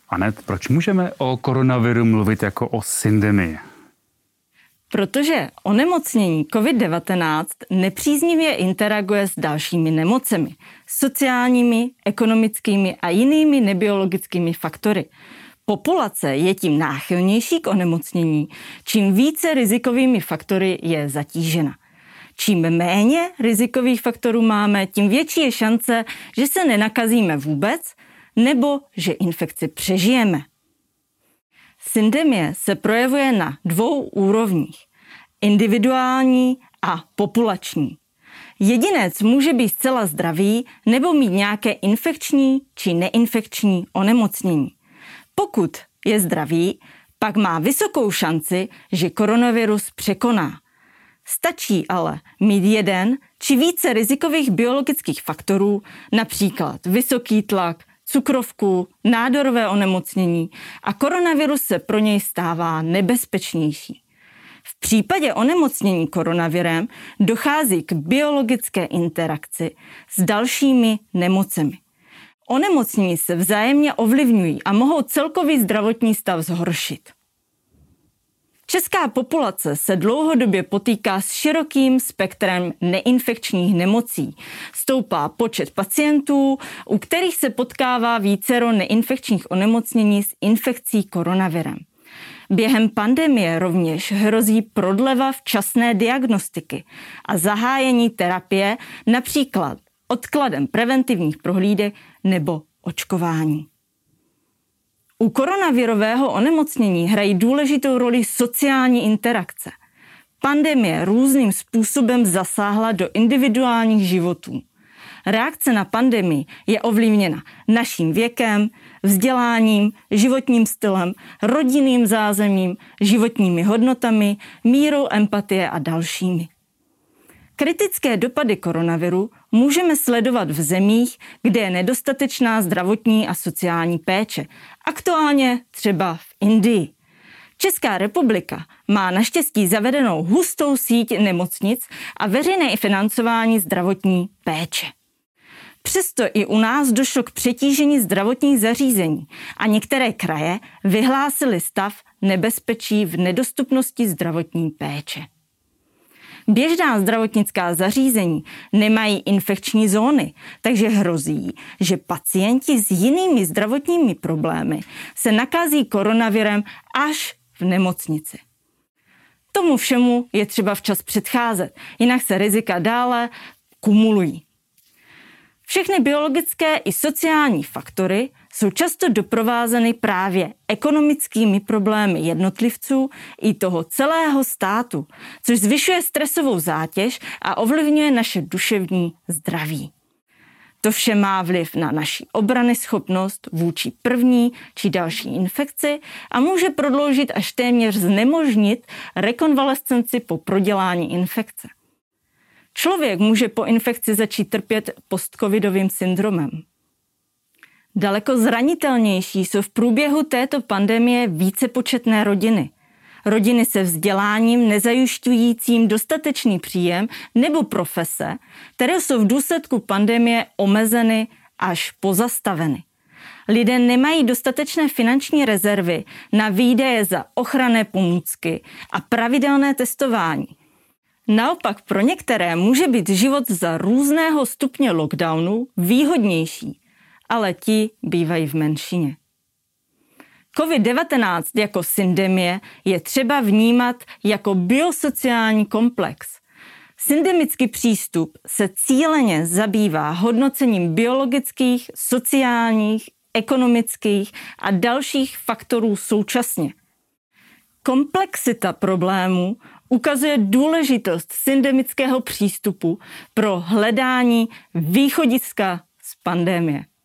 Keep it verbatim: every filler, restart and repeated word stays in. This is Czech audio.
Anet, proč můžeme o koronaviru mluvit jako o syndemii? Protože onemocnění covid devatenáct nepříznivě interaguje s dalšími nemocemi, sociálními, ekonomickými a jinými nebiologickými faktory. Populace je tím náchylnější k onemocnění, čím více rizikovými faktory je zatížena. Čím méně rizikových faktorů máme, tím větší je šance, že se nenakazíme vůbec nebo že infekci přežijeme. Syndemie se projevuje na dvou úrovních. Individuální a populační. Jedinec může být zcela zdravý nebo mít nějaké infekční či neinfekční onemocnění. Pokud je zdravý, pak má vysokou šanci, že koronavirus překoná. Stačí ale mít jeden či více rizikových biologických faktorů, například vysoký tlak, cukrovku, nádorové onemocnění a koronavirus se pro něj stává nebezpečnější. V případě onemocnění koronavirem dochází k biologické interakci s dalšími nemocemi. Onemocnění se vzájemně ovlivňují a mohou celkový zdravotní stav zhoršit. Česká populace se dlouhodobě potýká s širokým spektrem neinfekčních nemocí. Stoupá počet pacientů, u kterých se potkává vícero neinfekčních onemocnění s infekcí koronavirem. Během pandemie rovněž hrozí prodleva včasné diagnostiky a zahájení terapie, například odkladem preventivních prohlídek nebo očkování. U koronavirového onemocnění hrají důležitou roli sociální interakce. Pandemie různým způsobem zasáhla do individuálních životů. Reakce na pandemii je ovlivněna naším věkem, vzděláním, životním stylem, rodinným zázemím, životními hodnotami, mírou empatie a dalšími. Kritické dopady koronaviru můžeme sledovat v zemích, kde je nedostatečná zdravotní a sociální péče. Aktuálně třeba v Indii. Česká republika má naštěstí zavedenou hustou síť nemocnic a veřejné financování zdravotní péče. Přesto i u nás došlo k přetížení zdravotních zařízení a některé kraje vyhlásily stav nebezpečí v nedostupnosti zdravotní péče. Běžná zdravotnická zařízení nemají infekční zóny, takže hrozí, že pacienti s jinými zdravotními problémy se nakazí koronavirem až v nemocnici. Tomu všemu je třeba včas předcházet, jinak se rizika dále kumulují. Všechny biologické i sociální faktory jsou často doprovázeny právě ekonomickými problémy jednotlivců i toho celého státu, což zvyšuje stresovou zátěž a ovlivňuje naše duševní zdraví. To vše má vliv na naši obranyschopnost vůči první či další infekci a může prodloužit až téměř znemožnit rekonvalescenci po prodělání infekce. Člověk může po infekci začít trpět postcovidovým syndromem. Daleko zranitelnější jsou v průběhu této pandemie vícepočetné rodiny. Rodiny se vzděláním nezajišťujícím dostatečný příjem nebo profese, které jsou v důsledku pandemie omezeny až pozastaveny. Lidé nemají dostatečné finanční rezervy na výdaje za ochranné pomůcky a pravidelné testování. Naopak pro některé může být život za různého stupně lockdownu výhodnější, ale ti bývají v menšině. covid devatenáct jako syndemie je třeba vnímat jako biosociální komplex. Syndemický přístup se cíleně zabývá hodnocením biologických, sociálních, ekonomických a dalších faktorů současně. Komplexita problémů ukazuje důležitost syndemického přístupu pro hledání východiska z pandemie.